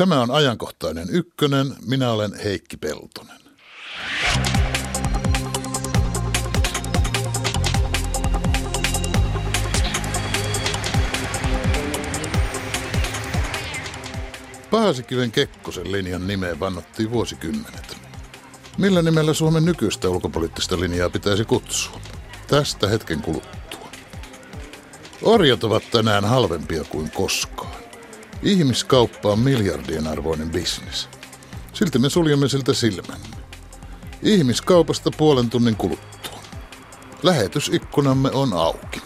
Tämä on ajankohtainen ykkönen. Minä olen Heikki Peltonen. Paasikiven Kekkosen linjan nimeen vannottiin vuosikymmenet. Millä nimellä Suomen nykyistä ulkopoliittista linjaa pitäisi kutsua? Tästä hetken kuluttua. Orjat ovat tänään halvempia kuin koskaan. Ihmiskauppa on miljardien arvoinen bisnes. Silti me suljemme siltä silmämme. Ihmiskaupasta puolen tunnin kuluttua. Lähetysikkunamme on auki.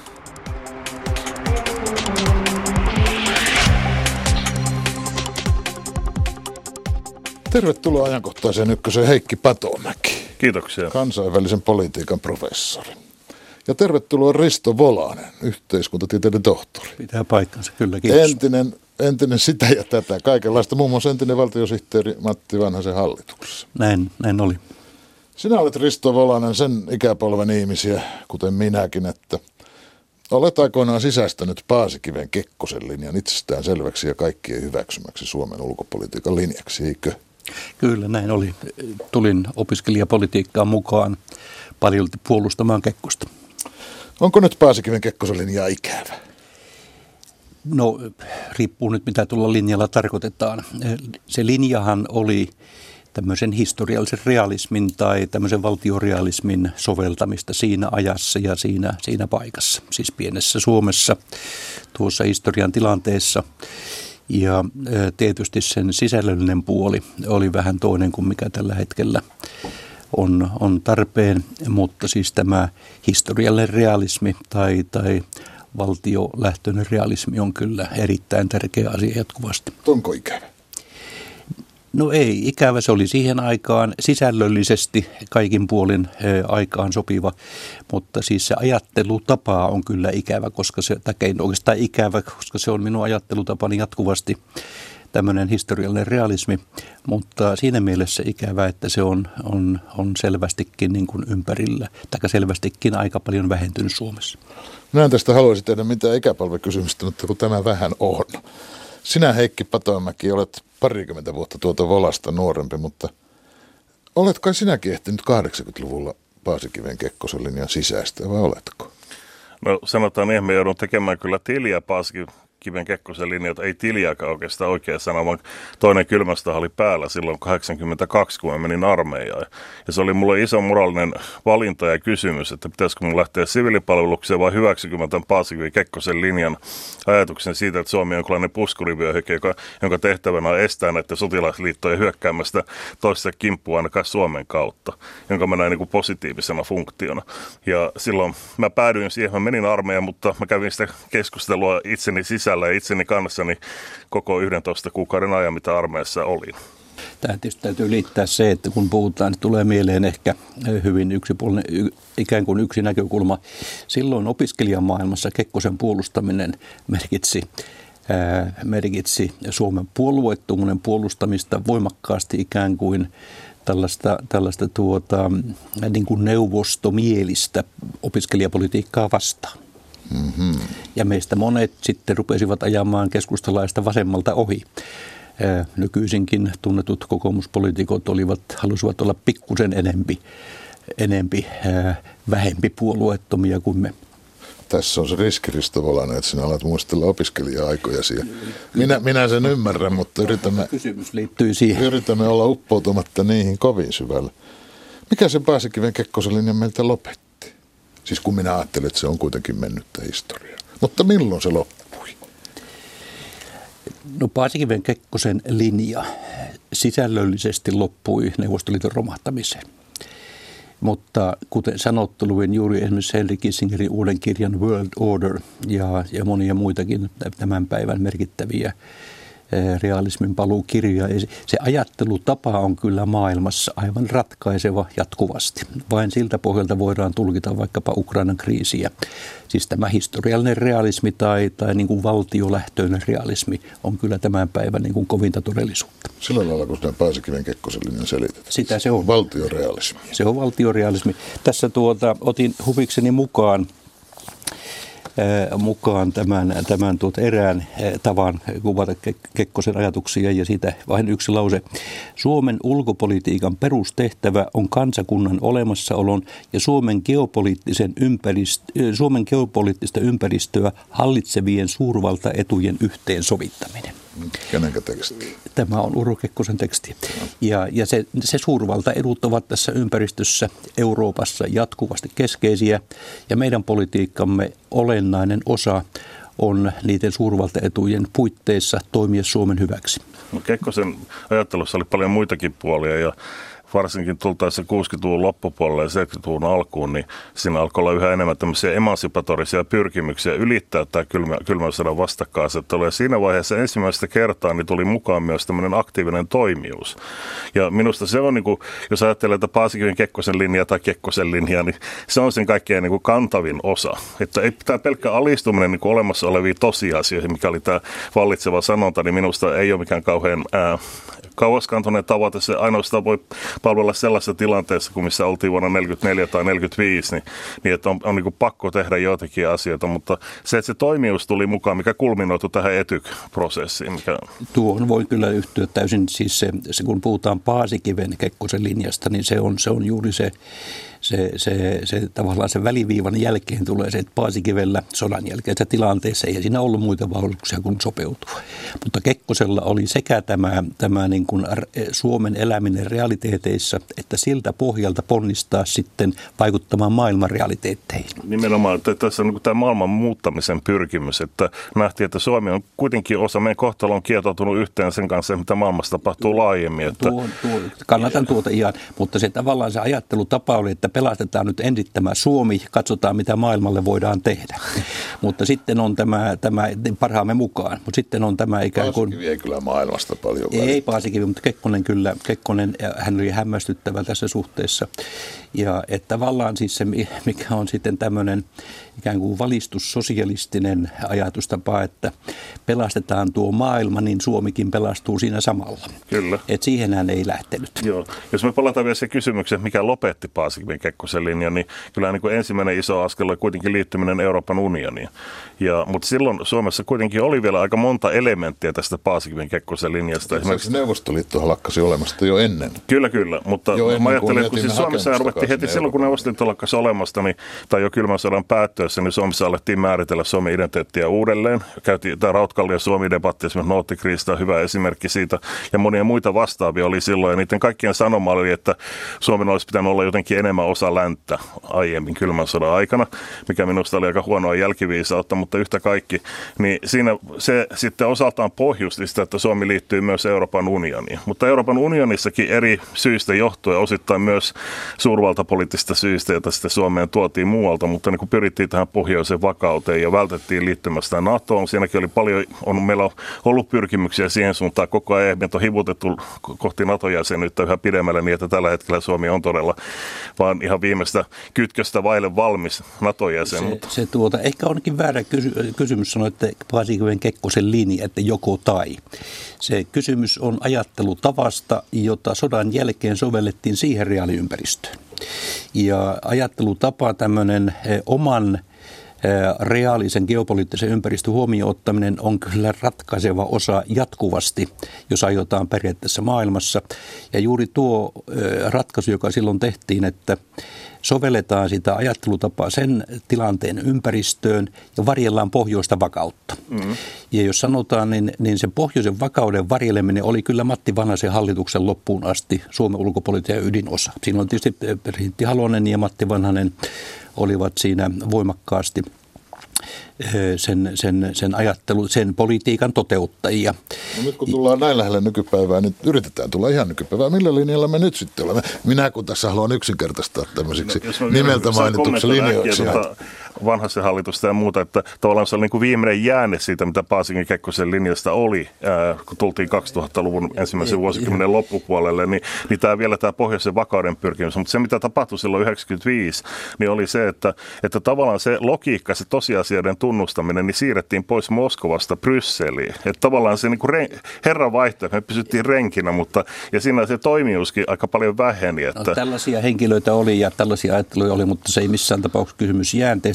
Tervetuloa ajankohtaiseen ykköseen Heikki Patomäki. Kiitoksia. Kansainvälisen politiikan professori. Ja tervetuloa Risto Volanen, yhteiskuntatieteiden tohtori. Pitää paikkansa, kyllä, kiitos. Entinen sitä ja tätä, kaikenlaista, muun muassa entinen valtiosihteeri Matti Vanhasen hallituksessa. Näin oli. Sinä olet, Risto Volanen, sen ikäpolven ihmisiä, kuten minäkin, että olet aikoinaan sisäistänyt Paasikiven Kekkosen linjan itsestään selväksi ja kaikkien hyväksymäksi Suomen ulkopolitiikan linjaksi, eikö? Kyllä, näin oli. Tulin opiskelijapolitiikkaan mukaan paljolti puolustamaan Kekkosta. Onko nyt Paasikiven Kekkosen linjaa ikävä? No, riippuu nyt mitä tuolla linjalla tarkoitetaan. Se linjahan oli tämmöisen historiallisen realismin tai tämmöisen valtiorealismin soveltamista siinä ajassa ja siinä paikassa. Siis pienessä Suomessa tuossa historian tilanteessa. Ja tietysti sen sisällöllinen puoli oli vähän toinen kuin mikä tällä hetkellä on tarpeen, mutta siis tämä historiallinen realismi tai valtiolähtöinen realismi on kyllä erittäin tärkeä asia jatkuvasti. Onko ikävä? No ei, ikävä se oli siihen aikaan sisällöllisesti kaikin puolin aikaan sopiva, mutta siis se ajattelutapa on kyllä ikävä, koska se oikeastaan ikävä, koska se on minun ajattelutapani jatkuvasti tämmöinen historiallinen realismi, mutta siinä mielessä ikävä, että se on selvästikin niin kuin ympärillä, tai selvästikin aika paljon vähentynyt Suomessa. Minä en tästä haluaisi tehdä mitään ikäpolvekysymystä, mutta kun tämä vähän on. Sinä, Heikki Patomäki, olet parikymmentä vuotta tuota Volasta nuorempi, mutta olet kai sinäkin ehtinyt 80-luvulla Paasikiven Kekkosen linjan sisäistä, vai oletko? No sanotaan niin, me joudun tekemään kyllä tiliä Paasikiven Kekkosen linjat, ei tiliäkään oikeastaan oikea sana, vaan toinen kylmästä oli päällä silloin 82, kun mä menin armeijaan. Ja se oli mulle iso moraalinen valinta ja kysymys, että pitäisikö mun lähteä siviilipalvelukseen vai hyväksykö mä tämän Paasikiven Kekkosen linjan ajatuksen siitä, että Suomi on jonkinlainen puskurivyöhyke, jonka tehtävänä on estää näiden sotilasliittojen hyökkäämästä toista kimppua ainakaan Suomen kautta, jonka mä näin niin kuin positiivisena funktiona. Ja silloin mä päädyin siihen, mä menin armeijaan, mutta mä kävin sitä keskustelua itseni sisällä ja itseni kanssani koko 11 kuukauden ajan, mitä armeijassa oli. Tähän tietysti täytyy liittää se, että kun puhutaan, niin tulee mieleen ehkä hyvin yksipuolinen, ikään kuin yksi näkökulma. Silloin opiskelijamaailmassa Kekkosen puolustaminen merkitsi Suomen puolueettomuuden puolustamista voimakkaasti ikään kuin tällaista niin kuin neuvostomielistä opiskelijapolitiikkaa vastaan. Mm-hmm. Ja meistä monet sitten rupesivat ajamaan keskustalaista vasemmalta ohi. Nykyisinkin tunnetut kokoomuspoliitikot halusivat olla pikkusen vähempi puolueettomia kuin me. Tässä on se riski, Risto Volanen, että sinä alat muistella opiskelija-aikojasi. Minä sen ymmärrän, mutta kysymys liittyy siihen. Yritämme olla uppoutumatta niihin kovin syvällä. Mikä se Paasikiven Kekkosen linja meiltä lopetti? Siis kun minä ajattelen, että se on kuitenkin mennyttä historiaa. Mutta milloin se loppui? No Paasikiven Kekkosen linja sisällöllisesti loppui Neuvostoliiton romahtamiseen. Mutta kuten sanottu, luin juuri esimerkiksi Henry Kissingerin uuden kirjan World Order ja monia muitakin tämän päivän merkittäviä realismin paluukirjoja. Se ajattelutapa on kyllä maailmassa aivan ratkaiseva jatkuvasti. Vain siltä pohjalta voidaan tulkita vaikkapa Ukrainan kriisiä. Siis tämä historiallinen realismi tai niin kuin valtiolähtöinen realismi on kyllä tämän päivän niin kuin kovinta todellisuutta. Sillä lailla, kun sitä Paasikiven Kekkosen linjan selitetään. Sitä se on. Valtiorealismi. Se on valtiorealismi. Tässä otin huvikseni mukaan mukaan tämän erään tavan kuvata Kekkosen ajatuksia, ja siitä vain yksi lause. Suomen ulkopolitiikan perustehtävä on kansakunnan olemassaolon ja Suomen geopoliittista ympäristöä hallitsevien suurvaltaetujen yhteensovittaminen. Kenenkä teksti? Tämä on Urho Kekkosen teksti. Ja se suurvaltaedut ovat tässä ympäristössä Euroopassa jatkuvasti keskeisiä, ja meidän politiikkamme olennainen osa on niiden suurvaltaetujen puitteissa toimia Suomen hyväksi. No, Kekkosen ajattelussa oli paljon muitakin puolia, ja varsinkin tultaessa 60-luvun loppupuolelle ja 70-luvun alkuun, niin siinä alkoi olla yhä enemmän tämmöisiä emansipatorisia pyrkimyksiä ylittää tämä kylmän sodan vastakkainasettelu. Ja siinä vaiheessa ensimmäistä kertaa niin tuli mukaan myös tämmöinen aktiivinen toimijuus. Ja minusta se on, niin kuin, jos ajattelee, että Paasikiven Kekkosen linja tai Kekkosen linja, niin se on sen kaikkein niin kuin kantavin osa. Että ei tämä pelkkä alistuminen niin kuin olemassa oleviin tosiasioihin, mikä oli tämä vallitseva sanonta, niin minusta ei ole mikään kauhean kauaskantoinen tavoite. Se ainoastaan voi palvella sellaisessa tilanteessa, kuin missä oltiin vuonna 1944 tai 1945, niin että on niin kuin pakko tehdä joitakin asioita, mutta se, että se toimijuus tuli mukaan, mikä kulminoitu tähän ETYK-prosessiin. Tuohon voi kyllä yhtyä täysin, siis se kun puhutaan Paasikiven Kekkosen linjasta, niin se on juuri se tavallaan se väliviivan jälkeen tulee se, että Paasikivellä sodan jälkeisessä tilanteessa ei siinä ollut muita mahdollisuuksia kuin sopeutua. Mutta Kekkosella oli sekä tämä niin kuin Suomen eläminen realiteeteissa, että siltä pohjalta ponnistaa sitten vaikuttamaan maailman realiteetteihin. Nimenomaan, että tässä on tämä maailman muuttamisen pyrkimys, että nähtiin, että Suomi on kuitenkin osa meidän kohtalo on kietoutunut yhteen sen kanssa, mitä maailmassa tapahtuu laajemmin. Että kannatan tuota ihan, mutta se tavallaan se ajattelutapa oli, että pelastetaan nyt ensin tämä Suomi, katsotaan mitä maailmalle voidaan tehdä. Mutta sitten on tämä parhaamme mukaan. Mutta sitten on tämä ikään kuin... Paasikivi ei kyllä maailmasta paljon väliä. Ei Paasikivi, mutta Kekkonen, hän oli hämmästyttävä tässä suhteessa. Ja että tavallaan siis se, mikä on sitten tämmöinen ikään kuin valistussosialistinen ajatustapa, että pelastetaan tuo maailma, niin Suomikin pelastuu siinä samalla. Kyllä. Että siihen hän ei lähtenyt. Joo. Jos me palataan vielä se kysymykseen, mikä lopetti Paasikiven Kekkosen linjan, niin kyllä niin kuin ensimmäinen iso askel oli kuitenkin liittyminen Euroopan unioniin. Mutta silloin Suomessa kuitenkin oli vielä aika monta elementtiä tästä Paasikiven Kekkosen linjasta. Esimerkiksi Neuvostoliitto lakkasi olemasta jo ennen. Kyllä, mutta mä ajattelen, että kun siis Suomessa ruvettiin heti silloin, kun Neuvostoliitto lakkasi olemasta, niin, tai jo kylmän sodan päättyessä, niin Suomessa alettiin määritellä Suomen identiteettiä uudelleen. Käytiin tämä Rautkalli ja Suomi-debatti, esimerkiksi Noottikriista on hyvä esimerkki siitä, ja monia muita vastaavia oli silloin, ja niiden kaikkien sanoma oli, että Suomen olisi pitänyt olla jotenkin enemmän osa länttä aiemmin kylmän sodan aikana, mikä minusta oli aika huonoa jälkiviisautta, mutta yhtä kaikki, niin siinä se sitten osaltaan pohjusti sitä, että Suomi liittyy myös Euroopan unioniin. Mutta Euroopan unionissakin eri syistä johtuen, osittain myös suurvaltapoliittisista syistä, joita sitten Suomeen tuotiin muualta, mutta niin kun pyrittiin tähän pohjoiseen vakauteen ja vältettiin liittymästä NATOon. Siinäkin oli paljon, meillä on ollut pyrkimyksiä siihen suuntaan koko ajan, meitä on hivutettu kohti NATO-jäsenyyttä yhä pidemmälle niin, että tällä hetkellä Suomi on todella vaan ihan viimeistä kytköstä vaille valmis NATO-jäsen. Ehkä onkin väärä kysymys sanoa, että Paasikiven Kekkosen linja, että joko tai. Se kysymys on ajattelutavasta, jota sodan jälkeen sovellettiin siihen reaaliympäristöön. Ja ajattelutapa tämmöinen oman reaalisen geopoliittisen ympäristön huomioon ottaminen on kyllä ratkaiseva osa jatkuvasti, jos aiotaan periaatteessa maailmassa. Ja juuri tuo ratkaisu, joka silloin tehtiin, että sovelletaan sitä ajattelutapaa sen tilanteen ympäristöön ja varjellaan pohjoista vakautta. Mm-hmm. Ja jos sanotaan, niin sen pohjoisen vakauden varjeleminen oli kyllä Matti Vanhasen hallituksen loppuun asti Suomen ulkopolitiikan ydinosa. Siinä on tietysti presidentti Halonen ja Matti Vanhanen olivat siinä voimakkaasti sen politiikan toteuttajia. No nyt kun tullaan näin lähelle nykypäivää, niin yritetään tulla ihan nykypäivää. Millä linjalla me nyt sitten olemme? Minä kun tässä haluan yksinkertaistaa tämmöisiksi nimeltä mainituksi linjoiksi. Vanhasen hallitusta ja muuta, että tavallaan se oli niin kuin viimeinen jäänne siitä, mitä Paasikiven Kekkosen linjasta oli, kun tultiin 2000-luvun ensimmäisen vuosikymmenen loppupuolelle, niin tämä pohjoisen vakauden pyrkimys. Mutta se, mitä tapahtui silloin 1995, niin oli se, että tavallaan se logiikka, se tosiasioiden tunnustaminen, niin siirrettiin pois Moskovasta Brysseliin. Että tavallaan se niin kuin herran vaihtoehto, me pysyttiin renkinä, ja siinä se toimijuuskin aika paljon väheni. Että... No, tällaisia henkilöitä oli ja tällaisia ajatteluja oli, mutta se ei missään tapauksessa kysymys jäänteestä,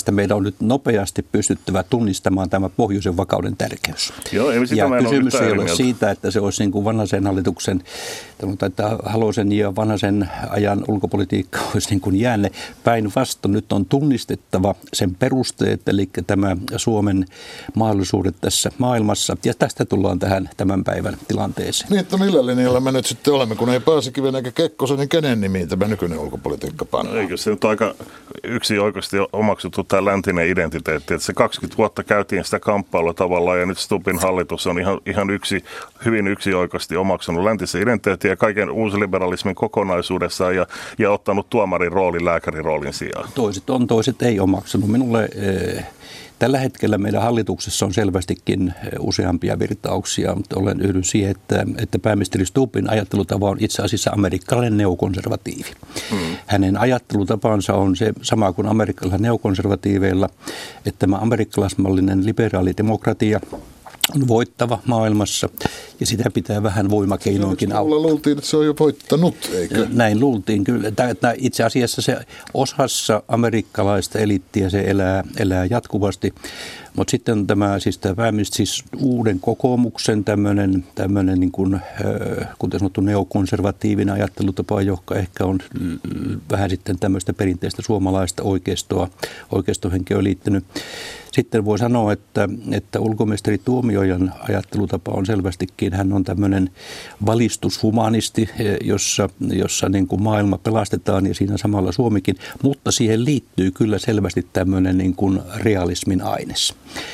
että meidän on nyt nopeasti pystyttävä tunnistamaan tämä pohjoisen vakauden tärkeys. Joo, ja kysymys ei ole siitä, että se olisi niin kuin Vanhasen hallituksen, että Halosen ja Vanhasen ajan ulkopolitiikka olisi niin kuin jäänne. Päinvastoin nyt on tunnistettava sen perusteet, eli tämä Suomen mahdollisuudet tässä maailmassa. Ja tästä tullaan tähän tämän päivän tilanteeseen. Niin, että millä linjalla me nyt sitten olemme, kun ei Paasikiven eikä Kekkosen, niin kenen nimiin tämä nykyinen ulkopolitiikka pannaan? Eikö se nyt aika yksioikoisesti omaksuttu tämä läntinen identiteetti, että se 20 vuotta käytiin sitä kamppailua tavallaan ja nyt Stubbin hallitus on ihan hyvin yksioikoisesti omaksunut läntisen identiteetin ja kaiken uusliberalismin kokonaisuudessaan ja ottanut tuomarin roolin lääkärin roolin sijaan. Toiset on, toiset ei omaksunut. Minulle tällä hetkellä meidän hallituksessa on selvästikin useampia virtauksia, mutta olen yhdyn siihen, että pääministeri Stubbin ajattelutapa on itse asiassa amerikkalainen neokonservatiivi. Hänen ajattelutapansa on se sama kuin amerikkalaisilla neokonservatiiveilla, että tämä amerikkalaismallinen liberaali demokratia on voittava maailmassa ja sitä pitää vähän voimakeinoinkin auttaa. Luultiin, että se on jo voittanut, eikö? Näin luultiin kyllä. Itse asiassa se osassa amerikkalaista eliittiä se elää jatkuvasti. Mutta sitten tämä siis uuden kokoomuksen tämmöinen niin kuin, kuten sanottu, neokonservatiivinen ajattelutapa, joka ehkä on vähän sitten tämmöistä perinteistä suomalaista oikeistohenkeä liittynyt. Sitten voi sanoa, että ulkoministeri Tuomiojan ajattelutapa on selvästikin, hän on tämmöinen valistushumanisti, jossa niin kuin maailma pelastetaan ja siinä samalla Suomikin, mutta siihen liittyy kyllä selvästi tämmöinen niin kuin realismin aines.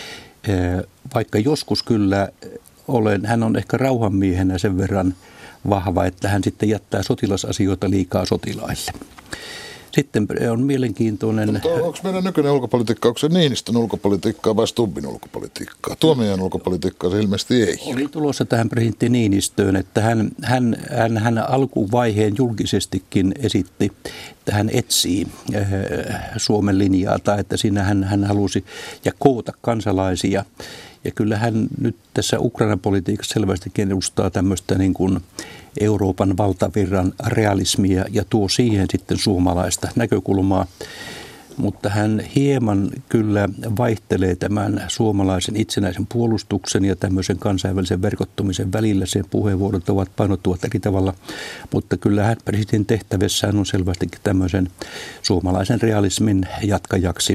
Vaikka joskus kyllä hän on ehkä rauhanmiehenä sen verran vahva, että hän sitten jättää sotilasasioita liikaa sotilaille. Sitten on mielenkiintoinen... Mutta onko meidän nykyinen ulkopolitiikka, onko se Niinistön ulkopolitiikkaa vai Stubbin ulkopolitiikkaa? Tuomiojan ulkopolitiikkaa se ilmeisesti ei. Oli tulossa tähän presidentti Niinistöön, että hän alkuvaiheen julkisestikin esitti, että hän etsii Suomen linjaa tai että siinä hän halusi ja koota kansalaisia. Ja kyllä hän nyt tässä Ukraina-politiikassa selvästikin edustaa tämmöistä niin kuin Euroopan valtavirran realismia ja tuo siihen sitten suomalaista näkökulmaa. Mutta hän hieman kyllä vaihtelee tämän suomalaisen itsenäisen puolustuksen ja tämmöisen kansainvälisen verkottumisen välillä. Sen puheenvuorot painottuvat eri tavalla, mutta kyllä hän presidentin tehtävässään on selvästikin tämmöisen suomalaisen realismin jatkajaksi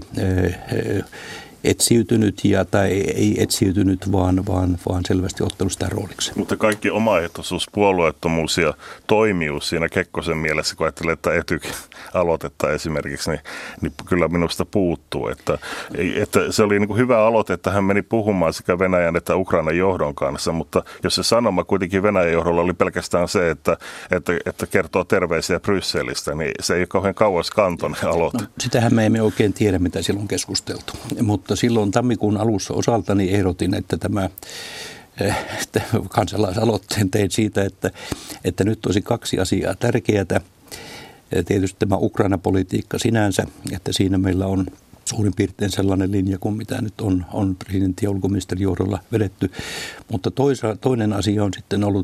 etsiytynyt tai ei etsiytynyt, vaan selvästi ottanut sitä rooliksi. Mutta kaikki omaehtoisuus, puolueettomuus ja toimijuus siinä Kekkosen mielessä, kun ajattelee, että Etyk-aloitetta esimerkiksi, niin kyllä minusta puuttuu. Että se oli niin kuin hyvä aloite, että hän meni puhumaan sekä Venäjän että Ukrainan johdon kanssa, mutta jos se sanoma kuitenkin Venäjän johdolla oli pelkästään se, että kertoo terveisiä Brysselistä, niin se ei ole kauhean kauaskantoinen aloite. No, sitähän me emme oikein tiedä, mitä silloin on keskusteltu, mutta silloin tammikuun alussa osaltani ehdotin, että tämä kansalaisaloitteen tein siitä, että nyt olisi kaksi asiaa tärkeää. Tietysti tämä Ukraina-politiikka sinänsä, että siinä meillä on suurin piirtein sellainen linja kuin mitä nyt on presidentin ja ulkoministerin johdolla vedetty. Mutta toinen asia on sitten ollut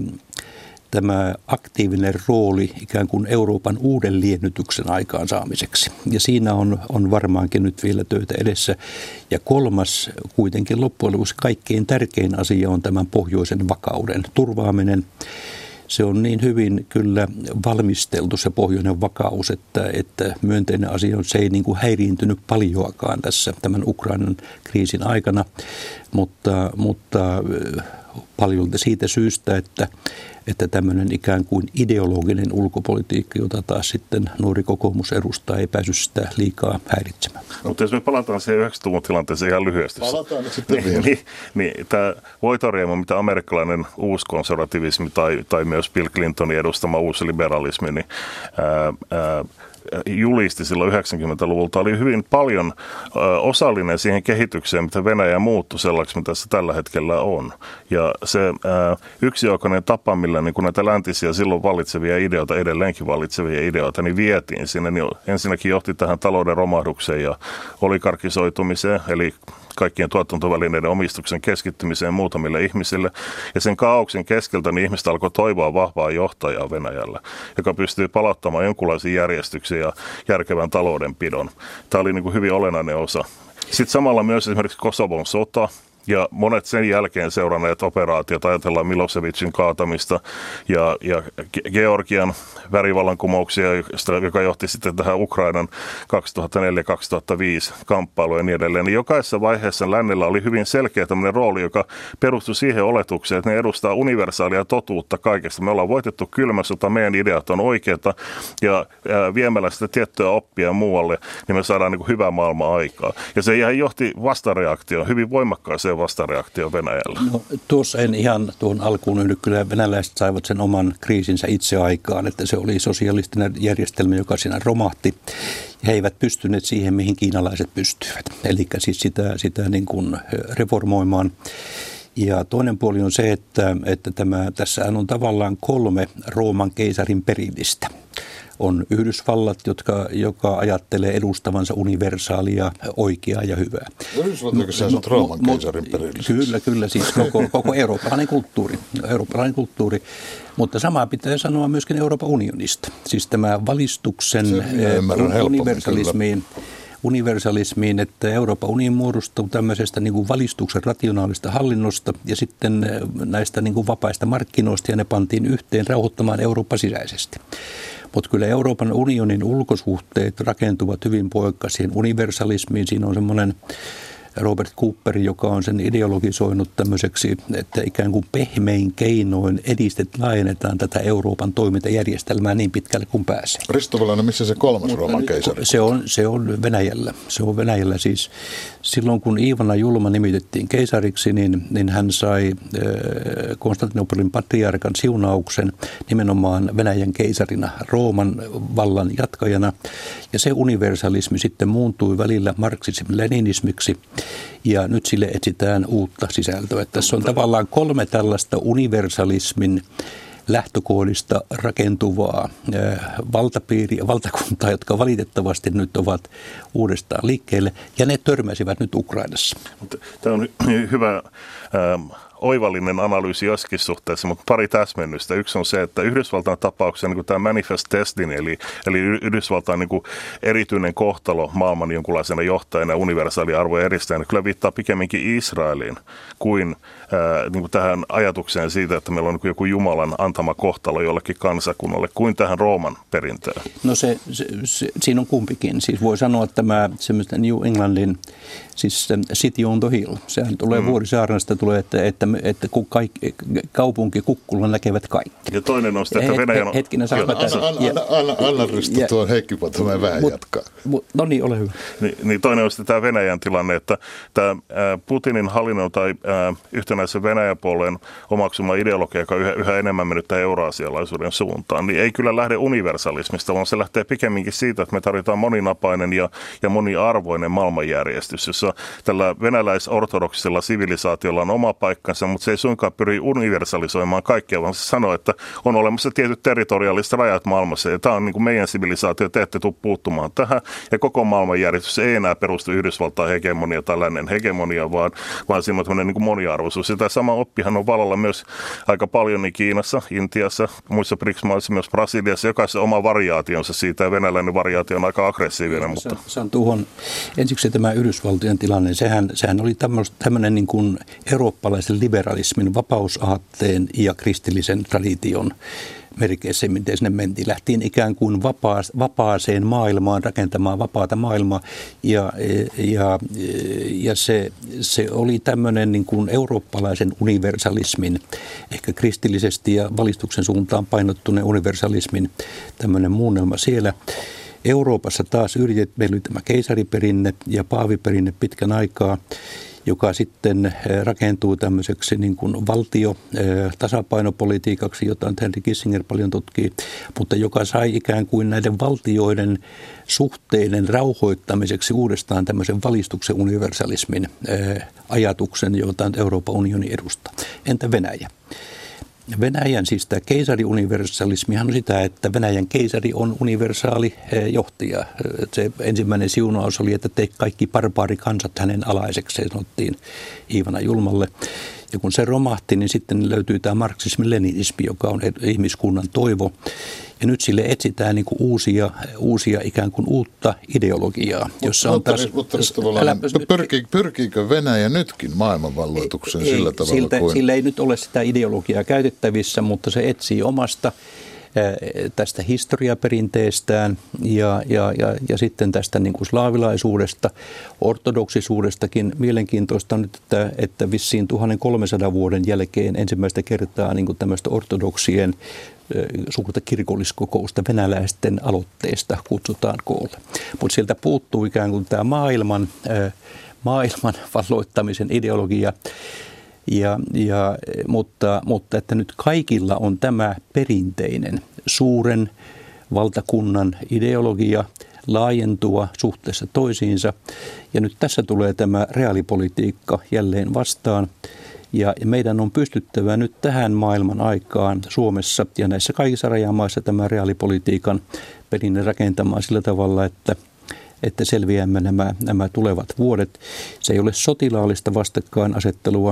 tämä aktiivinen rooli ikään kuin Euroopan uuden liennytyksen aikaansaamiseksi. Ja siinä on varmaankin nyt vielä töitä edessä. Ja kolmas kuitenkin loppujen lopuksi kaikkein tärkein asia on tämän pohjoisen vakauden turvaaminen. Se on niin hyvin kyllä valmisteltu se pohjoinen vakaus, että myönteinen asia on, se ei niin kuin häiriintynyt paljoakaan tässä tämän Ukrainan kriisin aikana, mutta paljolti siitä syystä, että tämmöinen ikään kuin ideologinen ulkopolitiikka, jota taas sitten nuori kokoomus edustaa, ei päässyt sitä liikaa häiritsemään. Mutta jos me palataan siihen 90-luvun tilanteeseen ihan lyhyesti. Palataan sitten vielä. Niin tämä voitoriema, mitä amerikkalainen uuskonservativismi tai myös Bill Clintonin edustama uusliberalismi, niin julisti silloin 90-luvulta, oli hyvin paljon osallinen siihen kehitykseen, mitä Venäjä muuttui sellaiksi, mitä se tällä hetkellä on. Ja se yksioikoinen tapa, millä niin kun näitä läntisiä silloin vallitsevia ideoita, edelleenkin vallitsevia ideoita, niin vietiin sinne, niin ensinnäkin johti tähän talouden romahdukseen ja oligarkisoitumiseen, eli kaikkien tuotantovälineiden omistuksen keskittymiseen muutamille ihmisille. Ja sen kaaoksen keskeltä niin ihmiset alkoi toivoa vahvaa johtajaa Venäjällä, joka pystyy palauttamaan jonkunlaisen järjestyksen ja järkevän taloudenpidon. Tämä oli niin kuin hyvin olennainen osa. Sitten samalla myös esimerkiksi Kosovon sota ja monet sen jälkeen seuranneet operaatiot, ajatellaan Milosevicin kaatamista ja Georgian värivallankumouksia, joka johti sitten tähän Ukrainan 2004-2005 kamppailuun ja niin edelleen. Niin jokaisessa vaiheessa lännellä oli hyvin selkeä tämmöinen rooli, joka perustui siihen oletukseen, että ne edustaa universaalia totuutta kaikesta. Me ollaan voitettu kylmä sota, meidän ideat on oikeita ja viemällä sitä tiettyä oppia muualle, niin me saadaan niin kuin hyvää maailmaa aikaa. Ja se johti vastareaktioon, hyvin voimakkaaseen vastareaktioon Venäjällä. No, tuossa en ihan tuohon alkuun yhdy. Kyllä venäläiset saivat sen oman kriisinsä itse aikaan, että se oli sosialistinen järjestelmä, joka siinä romahti. He eivät pystyneet siihen, mihin kiinalaiset pystyivät. Eli siis sitä niin kuin reformoimaan. Ja toinen puoli on se, että tässä on tavallaan 3 Rooman keisarin perillistä. On Yhdysvallat, joka ajattelee edustavansa universaalia, oikeaa ja hyvää. Yhdysvallat, sä olet Rooman keisarin perilliseksi. Kyllä, siis koko eurooppalainen kulttuuri. Mutta samaa pitää sanoa myöskin Euroopan unionista. Siis tämä valistuksen universalismiin, että Euroopan unioni muodostuu tämmöisestä niin kuin valistuksen rationaalista hallinnosta ja sitten näistä niin kuin vapaista markkinoista, ja ne pantiin yhteen rauhoittamaan Eurooppa sisäisesti. Mutta kyllä Euroopan unionin ulkosuhteet rakentuvat hyvin voimakkaaseen universalismiin. Siinä on semmoinen Robert Cooper, joka on sen ideologisoinut tämmöiseksi, että ikään kuin pehmein keinoin laajennetaan tätä Euroopan toimintajärjestelmää niin pitkälle kuin pääsee. Risto Valainen, missä se 3. Rooman keisari? Se on Venäjällä. Se on Venäjällä siis. Silloin kun Iivana Julma nimitettiin keisariksi, niin hän sai Konstantinopolin patriarkan siunauksen nimenomaan Venäjän keisarina, Rooman vallan jatkajana. Ja se universalismi sitten muuntui välillä marksismi-leninismiksi. Ja nyt sille etsitään uutta sisältöä. Tässä on tavallaan 3 tällaista universalismin lähtökohdista rakentuvaa valtakuntaa, jotka valitettavasti nyt ovat uudestaan liikkeelle, ja ne törmäsivät nyt Ukrainassa. Tämä on hyvä oivallinen analyysi joskin suhteessa, mutta pari täsmennystä. Yksi on se, että Yhdysvaltain tapauksessa niin tämä manifest destiny, eli Yhdysvaltain niin erityinen kohtalo maailman jonkunlaisena johtajana ja universaaliarvojen edistäjänä, kyllä viittaa pikemminkin Israeliin kuin tähän ajatukseen siitä, että meillä on joku Jumalan antama kohtalo jollekin kansakunnalle, kuin tähän Rooman perintöön. No siinä on kumpikin. Siis voi sanoa, että tämä semmoista New Englandin, siis City on the Hill, sehän tulee Vuorisaarnasta, tulee, että kun kaupunki kukkulla näkevät kaikki. Ja toinen on sitä, että Venäjän on... Anna Risto tuon Heikki Potomäen vähän jatkaa. No niin, ole hyvä. Niin toinen on sitten tämä Venäjän tilanne, että tämä Putinin hallinnon tai yhtenäisen Venäjäpuolueen omaksuma ideologia, joka yhä enemmän mennyt tähän euroasialaisuuden suuntaan, niin ei kyllä lähde universalismista, vaan se lähtee pikemminkin siitä, että me tarvitaan moninapainen ja moniarvoinen maailmanjärjestys, jossa tällä venäläis-ortodoksisella sivilisaatiolla on oma paikkansa, mutta se ei suinkaan pyri universalisoimaan kaikkea, vaan se sanoo, että on olemassa tietyt territoriaaliset rajat maailmassa, ja tämä on niin kuin meidän sivilisaatio, te ette tule puuttumaan tähän, ja koko maailmanjärjestys ei enää perustu Yhdysvaltain hegemonia tai lännen hegemonia, vaan siinä on tämmöinen niin kuin moniarvoisuus. Ja tämä sama oppihan on vallalla myös aika paljon niin Kiinassa, Intiassa, muissa BRICS-maissa, myös Brasiliassa, jokaisessa oma variaationsa siitä, ja venäläinen variaatio on aika aggressiivinen. Mutta saan tuohon ensiksi tämä Yhdysvaltojen tilanne, sehän oli tämmöinen niin kuin eurooppalaisen liberalismin, vapausaatteen ja kristillisen tradition merkeissä, miten sinne mentiin. Lähtiin ikään kuin vapaaseen maailmaan, rakentamaan vapaata maailmaa, ja se oli tämmöinen niin kuin eurooppalaisen universalismin, ehkä kristillisesti ja valistuksen suuntaan painottuneen universalismin tämmöinen muunnelma siellä. Euroopassa taas meillä oli tämä keisariperinne ja paaviperinne pitkän aikaa, joka sitten rakentuu tämmöiseksi niin kuin tasapainopolitiikaksi, jota Henry Kissinger paljon tutkii, mutta joka sai ikään kuin näiden valtioiden suhteiden rauhoittamiseksi uudestaan tämmöisen valistuksen universalismin ajatuksen, jota Euroopan unioni edustaa. Entä Venäjä? Venäjän, siis tämä keisariuniversalismihan on sitä, että Venäjän keisari on universaali johtaja. Se ensimmäinen siunaus oli, että tee kaikki barbaarikansat hänen alaisekseen, sanottiin Iivana Julmalle. Ja kun se romahti, niin sitten löytyy tämä marksismi-leninismi, joka on ihmiskunnan toivo. Ja nyt sille etsitään niin kuin uusia ikään kuin uutta ideologiaa, jossa on taas... Pyrkiikö Venäjä nytkin maailmanvalloitukseen sillä tavalla kuin... Sillä ei nyt ole sitä ideologiaa käytettävissä, mutta se etsii omasta tästä historiaperinteestään ja sitten tästä niin kuin slaavilaisuudesta, ortodoksisuudestakin. Mielenkiintoista on nyt, että vissiin 1300 vuoden jälkeen ensimmäistä kertaa niin kuin tämmöistä ortodoksien suurta kirkolliskokousta venäläisten aloitteesta kutsutaan koolle. Mutta sieltä puuttuu ikään kuin tämä maailman valloittamisen ideologia. Mutta että nyt kaikilla on tämä perinteinen suuren valtakunnan ideologia laajentua suhteessa toisiinsa. Ja nyt tässä tulee tämä reaalipolitiikka jälleen vastaan. Ja meidän on pystyttävä nyt tähän maailman aikaan Suomessa ja näissä kaikissa rajamaissa tämän reaalipolitiikan perinne rakentamaan sillä tavalla, että selviämme nämä tulevat vuodet. Se ei ole sotilaallista vastakkainasettelua,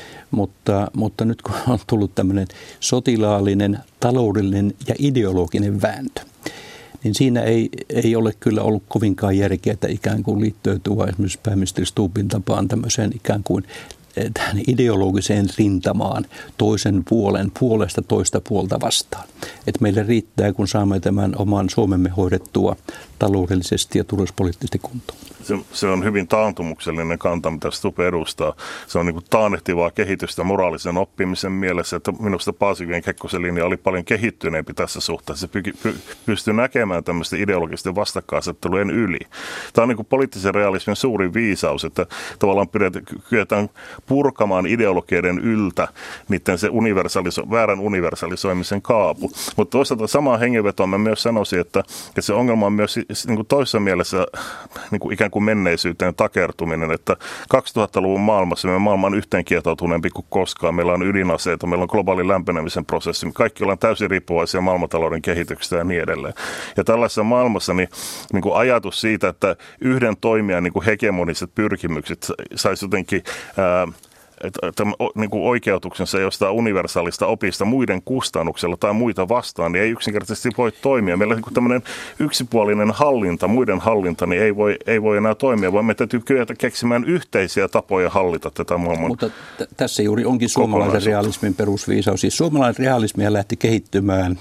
mutta nyt kun on tullut tämmöinen sotilaallinen, taloudellinen ja ideologinen vääntö, niin siinä ei ole kyllä ollut kovinkaan järkeä, että ikään kuin liittoutua esimerkiksi pääministeri Stubbin tapaan tämmöiseen ikään kuin tähän ideologiseen rintamaan toisen puolesta toista puolta vastaan. Että meille riittää, kun saamme tämän oman Suomemme hoidettua taloudellisesti ja turvallisuuspoliittisesti kuntoon. Se on hyvin taantumuksellinen kanta, mitä Stubb edustaa. Se on niin kuin taannehtivaa kehitystä moraalisen oppimisen mielessä, että minusta Paasikiven-Kekkosen linja oli paljon kehittyneempi tässä suhteessa. Se pystyy näkemään tämmöistä ideologisten vastakkainasettelujen yli. Tämä on niin kuin poliittisen realismin suurin viisaus, että tavallaan kyetään purkamaan ideologioiden yltä niiden se väärän universalisoimisen kaapu. Mutta toisaalta samaan hengenvetoon mä myös sanoisin, että se ongelma on myös niin kuin toisessa mielessä niin kuin ikään kuin menneisyyteen takertuminen, että 2000-luvun maailmassa me maailman yhteenkietoutuneempi kuin koskaan. Meillä on ydinaseita, meillä on globaalin lämpenemisen prosessi. Kaikki ollaan täysin riippuvaisia maailmantalouden kehityksestä ja niin edelleen. Ja tällaisessa maailmassa niin kuin ajatus siitä, että yhden toimijan niin kuin hegemoniset pyrkimykset saisi jotenkin niin kuin oikeutuksensa jostain universaalista opista muiden kustannuksella tai muita vastaan, niin ei yksinkertaisesti voi toimia. Meillä niin tämmöinen yksipuolinen hallinta, muiden hallinta, niin ei voi enää toimia, vaan me täytyy kyetä keksimään yhteisiä tapoja hallita tätä maailman. Mutta tässä juuri onkin suomalaisen realismin perusviisaus. Siis suomalainen realismia lähti kehittymään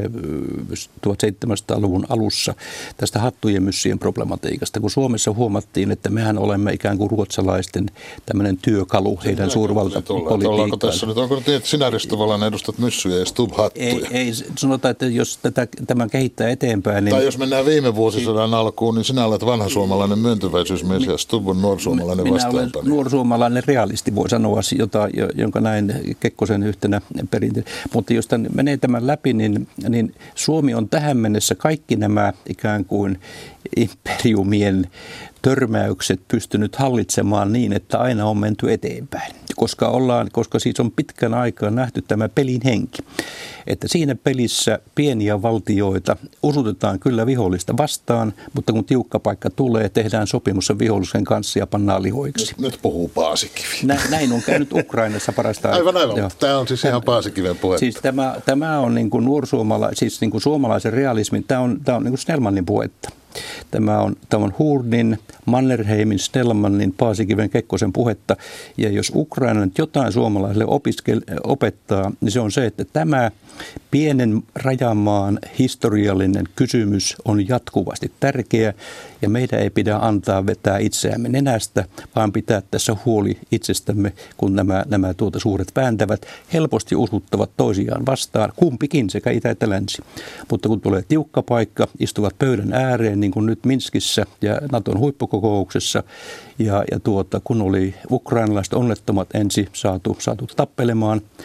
1700-luvun alussa tästä hattujen myssien problematiikasta, kun Suomessa huomattiin, että mehän olemme ikään kuin ruotsalaisten tämmöinen työkalu heidän suurvaltapolitiikkaan. Ollaanko tässä nyt, onko nyt, että sinä Ristovallainen edustat myssyjä ja Stubb-hattuja? Ei sanotaan, että jos tämän kehittää eteenpäin, niin... Tai jos mennään viime vuosisadan alkuun, niin sinä olet vanha suomalainen myöntyväisyysmies ja Stubb on nuorsuomalainen vastaanpanija. Minä olen nuorsuomalainen realisti, voi sanoa, jonka näin Kekkosen yhtenä perinteellä. Mutta jos menee tämän läpi, niin Suomi on tähän mennessä kaikki nämä ikään kuin imperiumien törmäykset pystynyt hallitsemaan niin, että aina on menty eteenpäin, koska siis on pitkän aikaa nähty tämä pelin henki. Että siinä pelissä pieniä valtioita usutetaan kyllä vihollista vastaan, mutta kun tiukka paikka tulee, tehdään sopimus vihollisen kanssa ja pannaan lihoiksi. Nyt puhuu Paasikivi. Näin on käynyt Ukrainassa parasta aikaa. Aivan. Tämä on siis ihan Paasikiven puhetta. Siis tämä on niin kuin siis niin kuin suomalaisen realismin, tämä on niin kuin Snellmanin puhetta. Tämä on Hurnin, Mannerheimin, Snellmanin, Paasikiven, Kekkosen puhetta. Ja jos Ukraina nyt jotain suomalaisille opettaa, niin se on se, että tämä pienen rajamaan historiallinen kysymys on jatkuvasti tärkeä. Ja meidän ei pidä antaa vetää itseämme nenästä, vaan pitää tässä huoli itsestämme, kun nämä suuret vääntävät, helposti usuttavat toisiaan vastaan, kumpikin sekä itä että länsi. Mutta kun tulee tiukka paikka, istuvat pöydän ääreen, niin kuin nyt Minskissä ja Naton huippukokouksessa, ja kun oli ukrainalaiset onnettomat ensin saatu tappelemaan,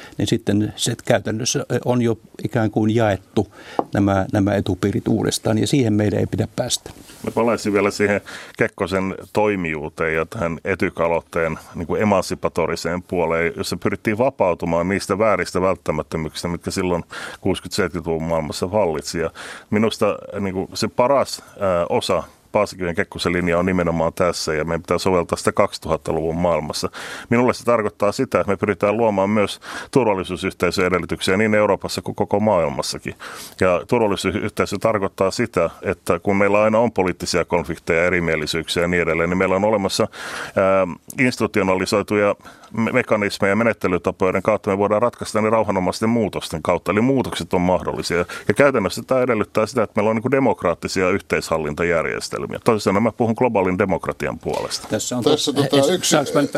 niin sitten se käytännössä on jo ikään kuin jaettu nämä etupiirit uudestaan, ja siihen meidän ei pidä päästä. Mä palaisin vielä siihen Kekkosen toimijuuteen ja tähän Etyk-aloitteen niin kuin emanssipatoriseen puoleen, jossa pyrittiin vapautumaan niistä vääristä välttämättömyyksistä, mitkä silloin 60-70-luvun maailmassa vallitsi. Ja minusta niin kuin se paras osa Paasikiven-Kekkosen linja on nimenomaan tässä, ja meidän pitää soveltaa sitä 2000-luvun maailmassa. Minulle se tarkoittaa sitä, että me pyritään luomaan myös turvallisuusyhteisön edellytyksiä niin Euroopassa kuin koko maailmassakin. Ja turvallisuusyhteisö tarkoittaa sitä, että kun meillä aina on poliittisia konflikteja, erimielisyyksiä ja niin edelleen, niin meillä on olemassa institutionalisoituja mekanismeja ja menettelytapoja, joiden kautta me voidaan ratkaista ne rauhanomaisten muutosten kautta. Eli muutokset on mahdollisia. Ja käytännössä tämä edellyttää sitä, että meillä on niin kuin demokraattisia yhteishallintajärjestelmiä. Toisin sanoen mä puhun globaalin demokratian puolesta. Tässä yksi,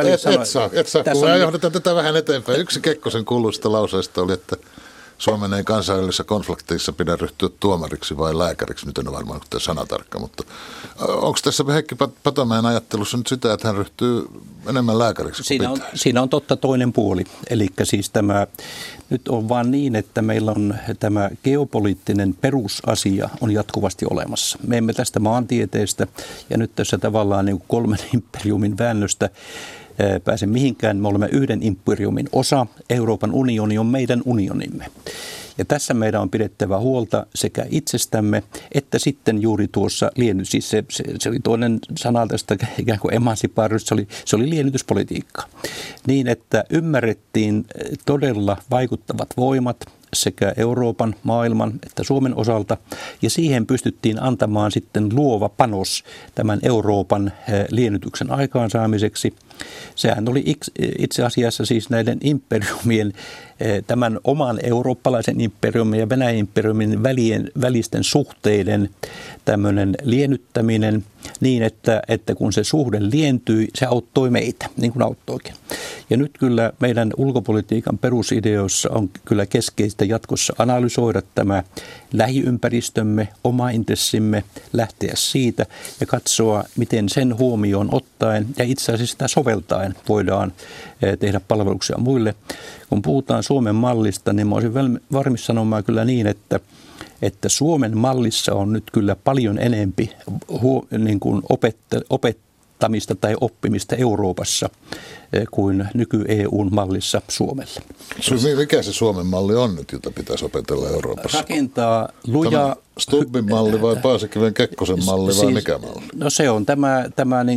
et saa, kun me johdetaan tätä vähän eteenpäin. Yksi Kekkosen kuuluista lauseista oli, että Suomen ei kansainvälisissä konflikteissa pidä ryhtyä tuomariksi vai lääkäriksi. Nyt en ole varmaan tämä sana tarkka, mutta onko tässä Heikki Patomäen ajattelussa nyt sitä, että hän ryhtyy enemmän lääkäriksi kuin siinä on totta toinen puoli. Eli siis tämä nyt on vaan niin, että meillä on tämä geopoliittinen perusasia on jatkuvasti olemassa. Me emme tästä maantieteestä ja nyt tässä tavallaan niin kuin 3 imperiumin väännöstä pääse mihinkään. Me olemme yhden imperiumin osa. Euroopan unioni on meidän unionimme. Ja tässä meidän on pidettävä huolta sekä itsestämme, että sitten juuri tuossa siis se oli toinen sana tästä ikään kuin emansipaarista, se oli liennytyspolitiikka. Niin, että ymmärrettiin todella vaikuttavat voimat sekä Euroopan, maailman että Suomen osalta, ja siihen pystyttiin antamaan sitten luova panos tämän Euroopan liennytyksen aikaansaamiseksi. Sehän oli itse asiassa siis näiden imperiumien, tämän oman eurooppalaisen imperiumin ja Venäjän imperiumin välisten suhteiden tämmöinen liennyttäminen niin, että kun se suhde lientyi, se auttoi meitä, niin kuin auttoikin. Ja nyt kyllä meidän ulkopolitiikan perusideoissa on kyllä keskeistä jatkossa analysoida tämä lähiympäristömme, oma intressimme, lähteä siitä ja katsoa, miten sen huomioon ottaen ja itse asiassa sitä soveltaen voidaan tehdä palveluksia muille. Kun puhutaan Suomen mallista, niin mä olisin varmis sanomaan kyllä niin, että Suomen mallissa on nyt kyllä paljon enempi niin kuin opettamista tai oppimista Euroopassa kuin nyky-EUn mallissa Suomelle. Mikä se Suomen malli on nyt, jota pitäisi opetella Euroopassa? Rakentaa luja... Stubbin malli vai Paasikiven-Kekkosen malli vai mikä malli? No se on tämä